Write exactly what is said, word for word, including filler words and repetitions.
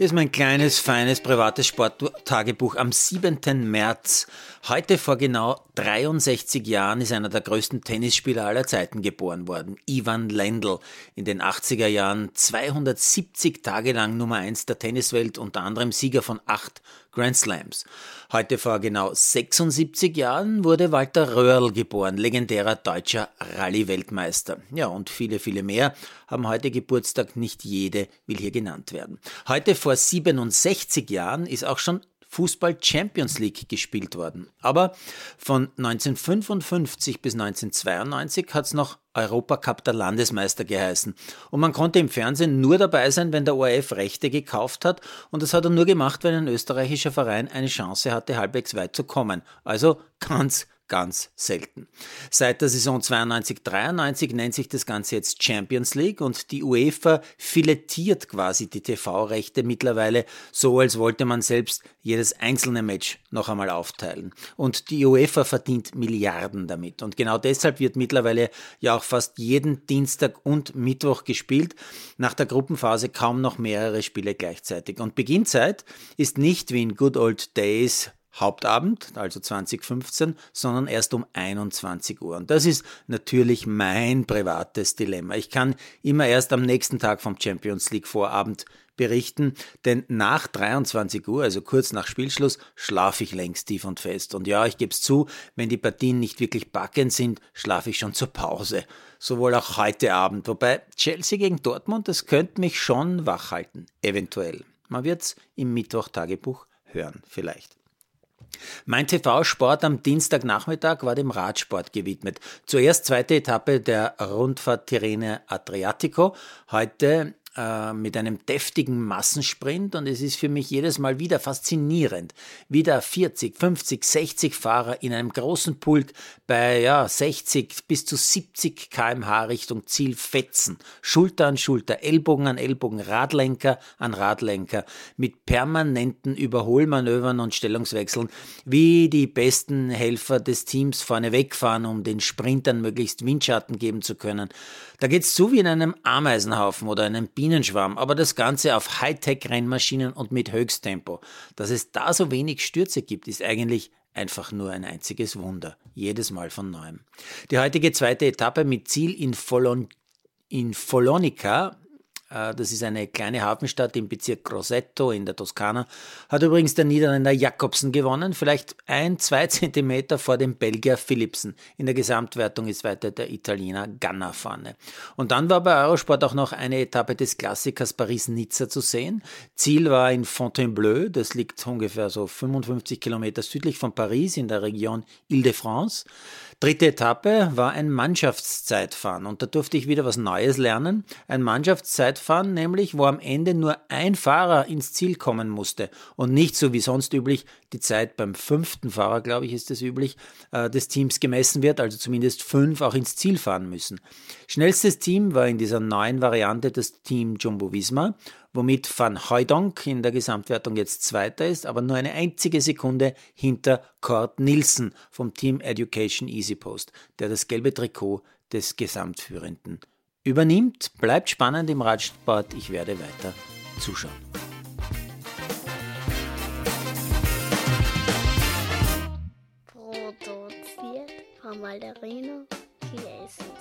Hier ist mein kleines, feines, privates Sporttagebuch am siebenten März. Heute vor genau dreiundsechzig Jahren ist einer der größten Tennisspieler aller Zeiten geboren worden, Ivan Lendl. In den achtziger Jahren zweihundertsiebzig Tage lang Nummer eins der Tenniswelt, unter anderem Sieger von acht Grand Slams. Heute vor genau sechsundsiebzig Jahren wurde Walter Röhrl geboren, legendärer deutscher Rallye-Weltmeister. Ja, und viele, viele mehr haben heute Geburtstag, nicht jede will hier genannt werden. Heute vor siebenundsechzig Jahren ist auch schon Fußball Champions League gespielt worden. Aber von neunzehnhundertfünfundfünfzig bis neunzehnhundertzweiundneunzig hat es noch Europacup der Landesmeister geheißen. Und man konnte im Fernsehen nur dabei sein, wenn der O R F Rechte gekauft hat. Und das hat er nur gemacht, wenn ein österreichischer Verein eine Chance hatte, halbwegs weit zu kommen. Also ganz Ganz selten. Seit der Saison zweiundneunzig dreiundneunzig nennt sich das Ganze jetzt Champions League und die UEFA filetiert quasi die T V-Rechte mittlerweile so, als wollte man selbst jedes einzelne Match noch einmal aufteilen. Und die UEFA verdient Milliarden damit. Und genau deshalb wird mittlerweile ja auch fast jeden Dienstag und Mittwoch gespielt. Nach der Gruppenphase kaum noch mehrere Spiele gleichzeitig. Und Beginnzeit ist nicht wie in Good Old Days Hauptabend, also zwanzig fünfzehn, sondern erst um einundzwanzig Uhr. Und das ist natürlich mein privates Dilemma. Ich kann immer erst am nächsten Tag vom Champions League Vorabend berichten, denn nach dreiundzwanzig Uhr, also kurz nach Spielschluss, schlafe ich längst tief und fest. Und ja, ich gebe es zu, wenn die Partien nicht wirklich packend sind, schlafe ich schon zur Pause. Sowohl auch heute Abend. Wobei Chelsea gegen Dortmund, das könnte mich schon wach halten. Eventuell. Man wird es im Mittwoch-Tagebuch hören, vielleicht. Mein T V-Sport am Dienstagnachmittag war dem Radsport gewidmet. Zuerst zweite Etappe der Rundfahrt Tirrenia Adriatico. Heute äh, mit einem deftigen Massensprint und es ist für mich jedes Mal wieder faszinierend, wie da vierzig, fünfzig, sechzig Fahrer in einem großen Pulk bei ja, sechzig bis zu siebzig Kilometer pro Stunde Richtung Ziel fetzen. Schulter an Schulter, Ellbogen an Ellbogen, Radlenker an Radlenker, mit permanenten Überholmanövern und Stellungswechseln, wie die besten Helfer des Teams vorne wegfahren, um den Sprintern möglichst Windschatten geben zu können. Da geht's zu wie in einem Ameisenhaufen oder einem Bienenschwarm, aber das Ganze auf Hightech-Rennmaschinen und mit Höchsttempo. Dass es da so wenig Stürze gibt, ist eigentlich einfach nur ein einziges Wunder. Jedes Mal von neuem. Die heutige zweite Etappe mit Ziel in, Folon- in Follonica, das ist eine kleine Hafenstadt im Bezirk Grosseto in der Toskana, hat übrigens der Niederländer Jacobsen gewonnen, vielleicht ein, zwei Zentimeter vor dem Belgier Philipsen. In der Gesamtwertung ist weiter der Italiener Ganna vorne. Und dann war bei Eurosport auch noch eine Etappe des Klassikers Paris-Nizza zu sehen. Ziel war in Fontainebleau, das liegt ungefähr so fünfundfünfzig Kilometer südlich von Paris in der Region Ile-de-France. Dritte Etappe war ein Mannschaftszeitfahren und da durfte ich wieder was Neues lernen. Ein Mannschaftszeitfahren nämlich, wo am Ende nur ein Fahrer ins Ziel kommen musste und nicht so wie sonst üblich die Zeit beim fünften Fahrer, glaube ich, ist es üblich, äh, des Teams gemessen wird, also zumindest fünf auch ins Ziel fahren müssen. Schnellstes Team war in dieser neuen Variante das Team Jumbo-Visma, womit Van Hooijdonk in der Gesamtwertung jetzt Zweiter ist, aber nur eine einzige Sekunde hinter Cord Nielsen vom Team Education EasyPost, der das gelbe Trikot des Gesamtführenden übernimmt. Bleibt spannend im Radsport, ich werde weiter zuschauen. Produziert von Malderino Chiesi.